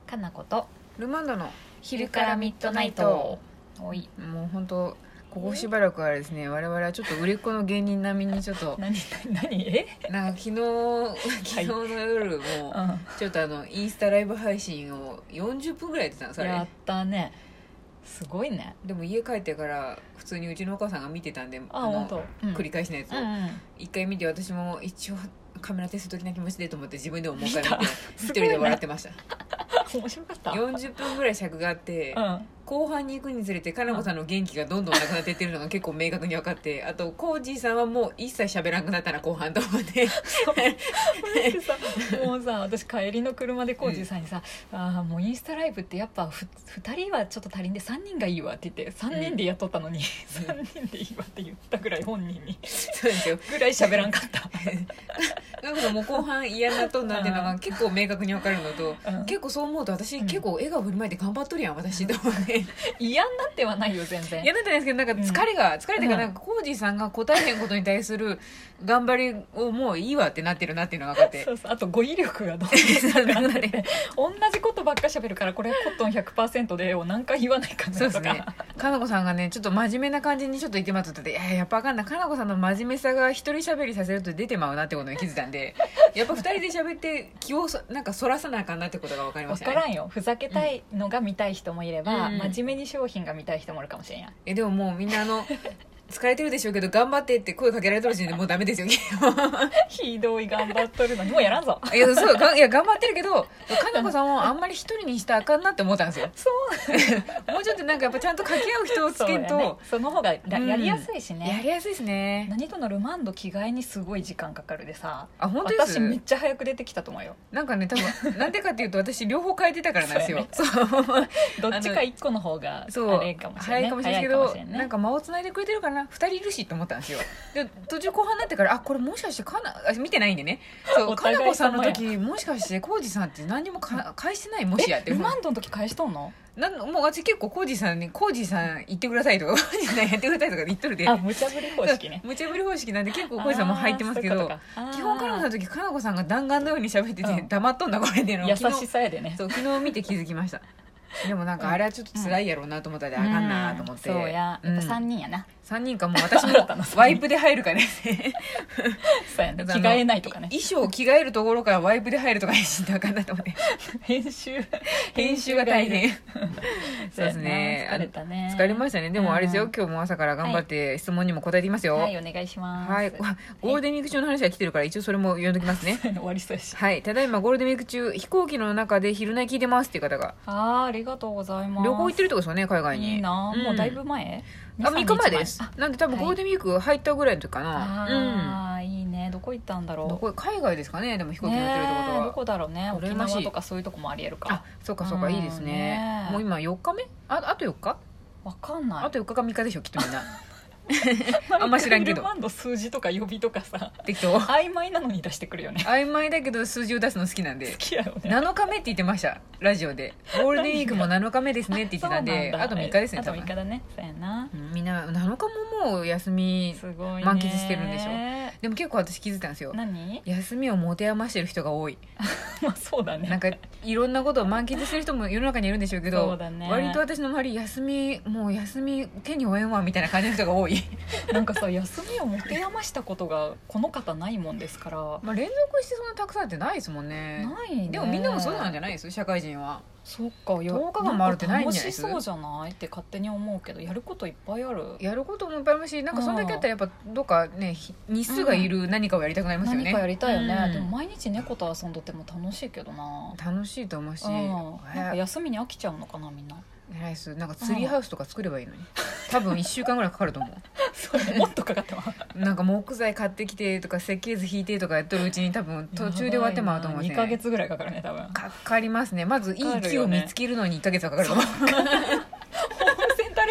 かなことルマンドの昼からミッドナイト。おい、 もう本当ここしばらくはですね、我々はちょっと売れっ子の芸人並みにちょっと何なんか昨日の夜もちょっとインスタライブ配信を40分ぐらいやってたのそれやったね、すごいね。 でも家帰ってから普通にうちのお母さんが見てたんで本当、 繰り返しのやつを一回見て、私も一応カメラテスト的な気持ちでと思って自分でももう一回見て一人で笑ってました面白かった。 40分ぐらい尺があって、後半に行くにつれてかなこさんの元気がどんどんなくなっていってるのが結構明確に分かって、あとコージーさんはもう一切喋らなくなったな後半と思ってもうさ、私帰りの車でコージーさんにさ、もうインスタライブってやっぱ2人はちょっと足りんで3人がいいわって言って3人でやっとったのに、3人でいいわって言ったぐらい本人にそうですよぐらい喋らんかったなんかもう後半嫌なとんなっていうのが結構明確に分かるのと、結構そう思うと私、結構笑顔振りまいて頑張っとるやん私と思って嫌になってはないよ全然。 嫌になってないですけど、なんか疲れてるから、なんかコージーさんが答えへんことに対する頑張りをもういいわってなってるなっていうのが分かってそうそう、あと語彙力がどんどんなくなって同じことばっか喋るから、これコットン 100% でを何回言わないかなとか。 そうですね、かなこさんがねちょっと真面目な感じにちょっと言ってまったって、やっぱあかんな、かなこさんの真面目さが一人喋りさせると出てまうなってことに気づいたんでやっぱ二人で喋って気をなんかそらさなあかんなってことが分かりましたね。 分からんよ、ふざけたいのが見たい人もいれば、真面目に商品が見たい人もいるかもしれんやん。 でももうみんな疲れてるでしょうけど頑張ってって声かけられてる時点でもうダメですよひどい、頑張っとるのにもうやらんぞいやそういや頑張ってるけど、かなこさんをあんまり一人にしたらあかんなって思ったんですよそうもうちょっとなんかやっぱちゃんと掛け合う人をつけるとその方がやりやすいしね、 やりやすいですね。 何とのルマンド着替えにすごい時間かかるでさ、 本当です。 私めっちゃ早く出てきたと思うよ。 なんかね多分なんでかっていうと私両方変えてたからなんですよそうどっちか一個の方があれかもしれない、 早いかもしれないけど、なんか間をつないでくれてるかな、2人いるしと思ったんですよ。で途中後半になってからこれもしかして見てないんでね、そうかなこさんの時もしかしてコージさんって何にも返してない、もしやってルマンドの時返しとんの？ もう私結構コージさんにコージさん言ってくださいとかコージさんやってくださいとか言っとるで、 無茶ぶり方式ね。 無茶ぶり方式なんで結構コージさんも入ってますけど、基本かなこさんの時かなこさんが弾丸のように喋ってて、黙っとんだこれっていうのを優しさやでね。 そう昨日見て気づきましたでもなんかあれはちょっと辛いやろうなと思ったらあかんなと思って、 そうや、やっぱ3人やな、 3人かもう私もワイプで入るかですねそうやね、着替えないとかね、 衣装着替えるところからワイプで入るとかにしんとあかんなと思って編集が大変そうですね、 疲れたね、 疲れましたね。でもあれですよ、今日も朝から頑張って質問にも答えていますよ。 はい、お願いします。 はい、ゴールデンウィーク中の話が来てるから一応それも読んどきますね終わりそうやし。 はい、ただいまゴールデンウィーク中飛行機の中で昼寝聞いてますっていう方が、 ありがとうございます。 旅行行ってるってことですよね、海外に。 いいな、もうだいぶ前 3日前です。なんで多分ゴールデンウィーク入ったぐらいの時かな。 いいね。どこ行ったんだろう。 海外ですかね。でも飛行機乗ってるってことはどこだろうね。沖縄とかそういうとこもありえるか。 そうかそうか、いいですね。もう今4日目、あと4日わかんない。 あと4日か3日でしょきっとみんなあんま知らんけど、 ルマンド数字とか曜日とかさ適当曖昧なのに出してくるよね。 曖昧だけど数字を出すの好きなんで。 好きやよね。 7日目って言ってましたラジオで。ゴールデンウィークも7日目ですねって言ってたんであと3日ですね。 あと3日だね。そうやな、 みんな7日ももう休み満喫してるんでしょ。でも結構私気づいたんですよ。 何？ 休みを持て余してる人が多いまあそうだね。 なんかいろんなことを満喫してる人も世の中にいるんでしょうけど、 そうだね、 割と私の周りもう休み手に負えんわみたいな感じの人が多いなんかさ、休みを持て余したことがこの方ないもんですから、 連続してそんなたくさんってないですもんね。 ないね。 でもみんなもそうなんじゃないです社会人は。 そっか、 10日間もあるってないんじゃないですか。 楽しそうじゃないって勝手に思うけど、やることいっぱいある。 やることもいっぱいあるし、なんかそんだけやったらやっぱどっかね日数がいる何かをやりたくなりますよね。 何かやりたいよね、でも毎日猫と遊んどっても楽しいけどな。 楽しいと思うし、 なんか休みに飽きちゃうのかなみんな。 偉いです。なんかツリーハウスとか作ればいいのに多分1週間ぐらいかかると思うそうもっとかかってますなんか木材買ってきてとか設計図引いてとかやっとるうちに多分途中で終わってまうと思うんですね。 2ヶ月ぐらいかかるね多分。かかりますね。まずいい木を見つけるのに1ヶ月はかかると思うホームセンターレ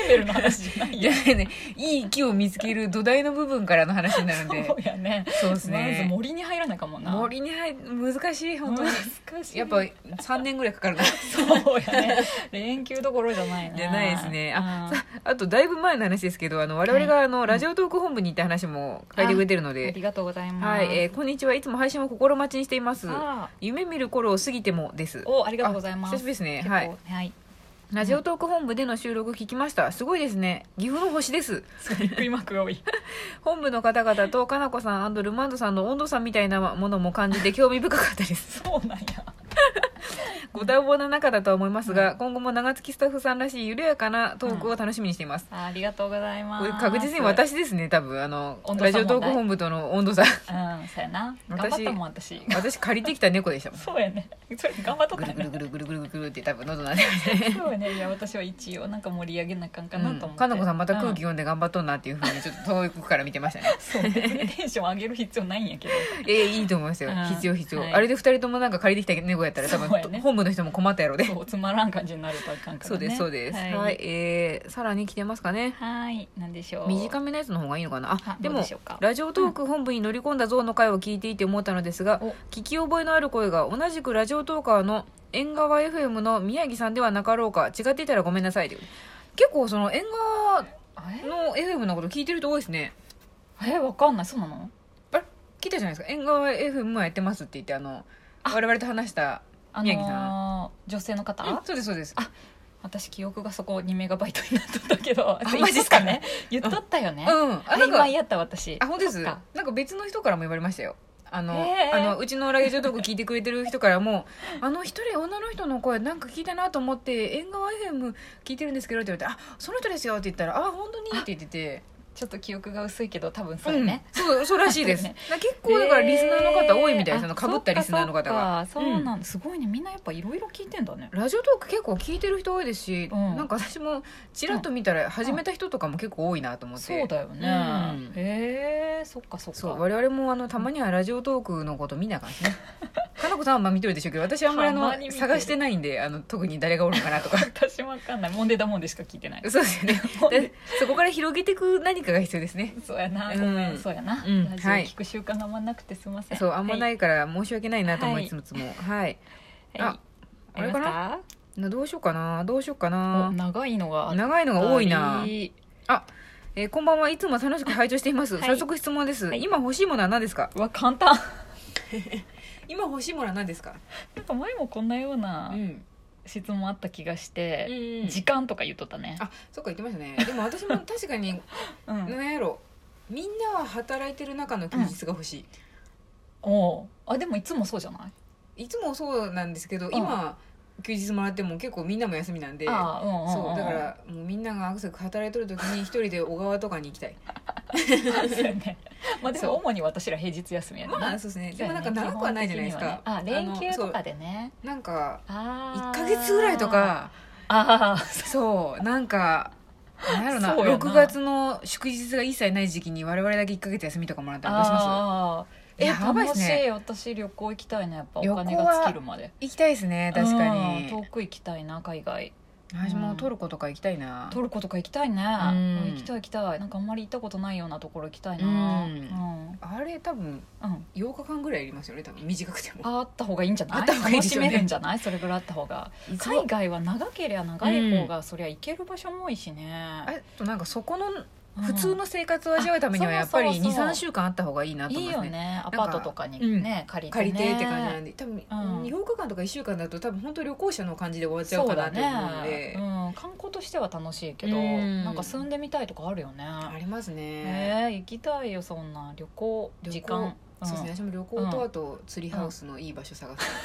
ンベルの話じゃないじゃよ。 あね、いい木を見つける土台の部分からの話になるんでそうやね。 そうですね、 まず森に入らないかもな。 森に難しい本当に難しい。 やっぱ3年ぐらいかかるなそうやね。連休どころじゃないな。 じゃないですね。 うんあとだいぶ前の話ですけど、我々がラジオトーク本部に行った話も書いてくれてるのあで、 りがとうございます。 はい、こんにちは。いつも配信を心待ちにしています。 あ夢見る頃を過ぎてもです。 お、ありがとうございます。 久しぶりですね。 結構はい。 はい。 ラジオトーク本部での収録聞きました。すごいですね。岐阜の星です。 びっくりマークが多い。 本部の方々とかなこさんルマンドさんの温度差みたいなものも感じて興味深かったです。 そうなんや。 ご多忙な中だとは思いますが、今後も長月スタッフさんらしい緩やかなトークを楽しみにしています。 ありがとうございます。 これ確実に私ですね、多分温度差問題ラジオトーク本部との温度差うん、そうやな。頑張ったもん私。 私借りてきた猫でしたもん。 そうやね。それ頑張っとっぐたよね。 るぐるぐるぐるぐるぐるって多分喉なんでね。 そうやね。いや私は一応なんか盛り上げなあかんかなと思って。 かなこさんまた空気うん読んで頑張っとんなっていうふうにちょっと遠くから見てましたね。 そう別にテンション上げる必要ないんやけど。 いいと思いますよ。 うん必要、 はいあれで2人ともなんか借りてきた猫やったら多分、 そうやね本部の人も困ったやろで。 そうつまらん感じになるとあかんからね。 そうですそうです。 はい。 はい、さらに来てますかね。 はい。なんでしょう。 短めのやつの方がいいのかな。でどうもでしょうかラジオトーク本部に乗り込んだぞの回を聞いていて思ったのですが、 お聞き覚えのある声が同じくラジオトーカーの縁側 FM の宮城さんではなかろうか。違っていたらごめんなさい。結構その縁側の FM のこと聞いてる人多いですね。 わかんない。そうなの？ あれ聞いたじゃないですか。縁側 FM もやってますって言って我々と話した宮城さ女性の方、 そうですそうです。 私記憶がそこ2メガバイトになっとったけど、 マジっすかね。言っとったよね。 なん曖か昧やった私。 本当です。 そっかなんか別の人からも言われましたよ。 へーうちのラジオトーク聞いてくれてる人からも一人女の人の声なんか聞いたなと思って縁側 FM 聞いてるんですけどって言われて、その人ですよって言ったら、本当にって言ってて、 ちょっと記憶が薄いけど多分そうよね。 そうらしいです。 ね結構だからリスナーの方多いみたいです。かぶったリスナーの方が。 そうなんだ。すごいね。みんなやっぱいろいろ聞いてんだね。 ラジオトーク結構聞いてる人多いですし、 うんなんか私もちらっと見たら始めた人とかも結構多いなと思って。 そうだよね。 うんへえ、そっかそっか。 そう我々もたまにはラジオトークのこと見なあかんですね。かなこさんはまあ見とるでしょうけど、私はあんまたまに見てるり探してないんで特に誰がおるのかなとか。 私もわかんない。モンデダモンデしか聞いてない。 そうですよね。でそこから広げていく何かが必要ですね。 そうやな。ごめん、そうやな。 うんラジオ聞く習慣があんまなくてすみません。 そうあんまないいから申し訳ないなと思はいいつもはい。 あれかな。 どうしようかな長いのが長いのが多いな。 はいこんばんはいつも楽しく拝聴しています。 はい早速質問です。今欲しいものは何ですか？ うわ簡単。 今欲しいものは何ですか？ なんか前もこんなような質問あった気がして、時間とか言っとったね。 そっか言ってましたね。でも私も確かにうん何やろ、みんなは働いてる中の休日が欲しい。 でもいつもそうじゃない？ いつもそうなんですけど、今休日もらっても結構みんなも休みなんで、そうだからもうみんながアクセク働いてる時に一人で小川とかに行きたい。 そうやね。まあでも主に私ら平日休みやね。 まあそうですね。でもなんか長くはないじゃないですか。 連休とかでね。 なんか 1 1ヶ月ぐらいとか、そうなんかなんやろな、6月の祝日が一切ない時期に我々だけ1ヶ月休みとかもらったらどうします？やばいっすね。 楽しい。私旅行行きたいな。やっぱお金が尽きるまで行きたいですね。確かに遠く行きたいな。海外私もトルコとか行きたいな。 トルコとか行きたいね。行きたい。なんかあんまり行ったことないようなところ行きたいな。 あれ多分8日間ぐらいやりますよね。多分短くてもあった方がいいんじゃない？楽しめるんじゃない？それぐらいあった方が。海外は長ければ長い方がそりゃ行ける場所も多いしね。 なんかそこの普通の生活を味わうためにはやっぱり 2,3 週間あった方がいいなと思いますね。 いいよね。アパートとかにね借りてって感じなんで、多分8日間とか1週間だと多分本当旅行者の感じで終わっちゃうかなと思うので、 観光としては楽しいけど、なんか住んでみたいとかあるよね。 ありますね。 行きたいよ。そんな旅行時間。 そうですね。私も旅行とあとツリーハウスのいい場所探す。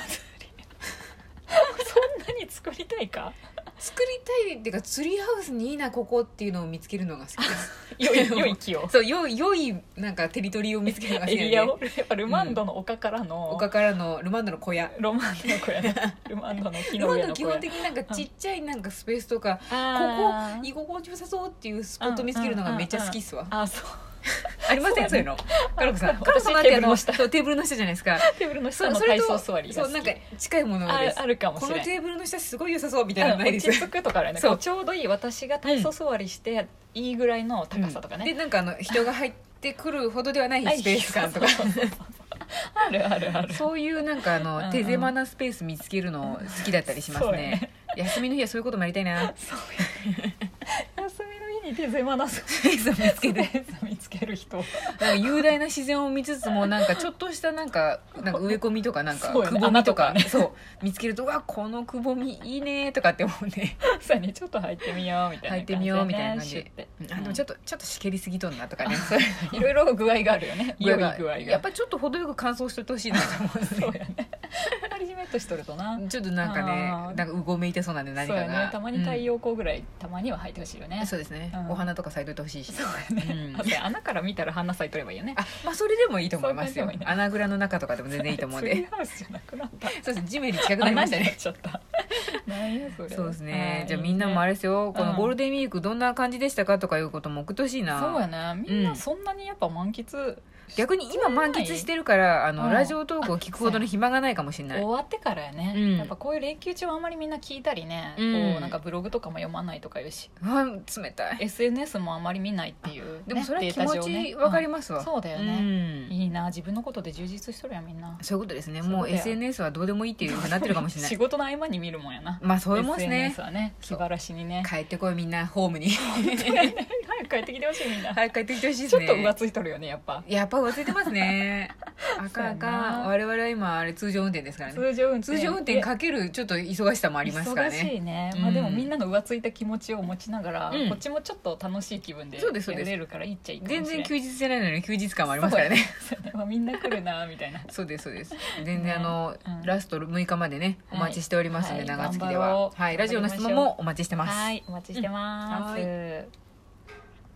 そんなに作りたいか？ 作りたいっていうか、ツリーハウスにいいなここっていうのを見つけるのが好きです。 良い木を。 そう、良いなんかテリトリーを見つけるのが好きなんで。 エリアをルマンドの丘からのルマンドの小屋。 ルマンドの小屋ね。ルマンドの木の上の小屋。 基本的になんかちっちゃいなんかスペースとか、ここ居心地よさそうっていうスポット見つけるのがめっちゃ好きっすわ。 ありませんそういうのかのこさん。 私かのこさんってテーブルの下そうテーブルの下じゃないですか。 テーブルの下の体操座りが好き。 そうなんか近いものです。 あるかもしれない。 このテーブルの下すごい良さそうみたいなのないです落ち着くとかあるよね。 そうこうちょうどいい私が体操座りしていいぐらいの高さとかね。 でなんか人が入ってくるほどではないスペース感とかそうそうそうあるあるある。 そういうなんかうん手狭なスペース見つけるの好きだったりしますそうね。休みの日はそういうこともやりたいな。 そう休みの日に手狭なススペースを見つけてペース見つける人。 なんか雄大な自然を見つつもなんかちょっとしたなんか植え込みとかなんかそうよねくぼみとか穴とかねそう見つけるとうわこのくぼみいいねとかって思うね。 さにちょっと入ってみようみたいな感じでね。 入ってみようみたいな感じでシュッてでもちょっとしけりすぎとんなとかね。そういういろいろ具合があるよね。良い具合が。 やっぱりちょっと程よく乾燥しておいてほしいなと思うんでそうやね。あんまりじめっとしとるとな。 ちょっとなんかねあーなんかうごめいてそうなんで何かがそうやね。たまに太陽光ぐらい、たまには入ってほしいよね。 そうですね、 うんお花とか咲いといてほしいし。 そうやね。だって穴から見たら花咲いとればいいよね。 あまあそれでもいいと思いますよそういう感じでもいいね。 穴蔵の中とかでも全然いいと思うんツリでーハウスじゃなくなった。 そうです地面に近くなりました穴になねっちゃった。なんやそれ。 そうですね、 はいじゃあみんなもあれですよ、このうんゴールデンウィークどんな感じでしたかとかいうことも送ってほしいな。 そうやね。みんなそんなにやっぱ満喫。 逆に今満喫してるからうんラジオトークを聞くほどの暇がないかもしれない。 終わってからやね、 うんやっぱこういう連休中はあんまりみんな聞いたりね、 うんこうなんかブログとかも読まないとかいうし、 うわ冷たい。 SNS もあんまり見ないっていう、ね、 でもそれはデー気持タ上ねちわかりますわ、 うんそうだようね、 んいいな自分のことで充実しとるやんみんな。 そういうことですね。もうそうだよ SNS はどうでもいいっていうふうになってるかもしれな仕い事の合間に見るもんやな。 まあそういうもんですね SNS はね気晴らしにね。 帰ってこいみんなホームに早く帰ってきてほしいみんな。 早く帰ってきてほしいですね。 ちょっと浮ついとるよねやっぱ。 やっぱ忘れてますねあかんあかそうやんな我々は今あれ通常運転ですからね。 通常運転通常運転かけるちょっと忙しさもありますから忙しね。 いね、 うんまあ、でもみんなの浮ついた気持ちを持ちながら、 うんこっちもちょっと楽しい気分でそうですそうですやれるからいいっちゃいいかもしれない。 全然休日じゃないのに休日感もありますからね。 そうねまあみんな来るなみたいな。 そうですそうです全然ねラスト6日までねお待ちしておりますんで、 はい長月で頑張ろうははいラジオの質問もお待ちしてます。 はいお待ちしてます、 うんは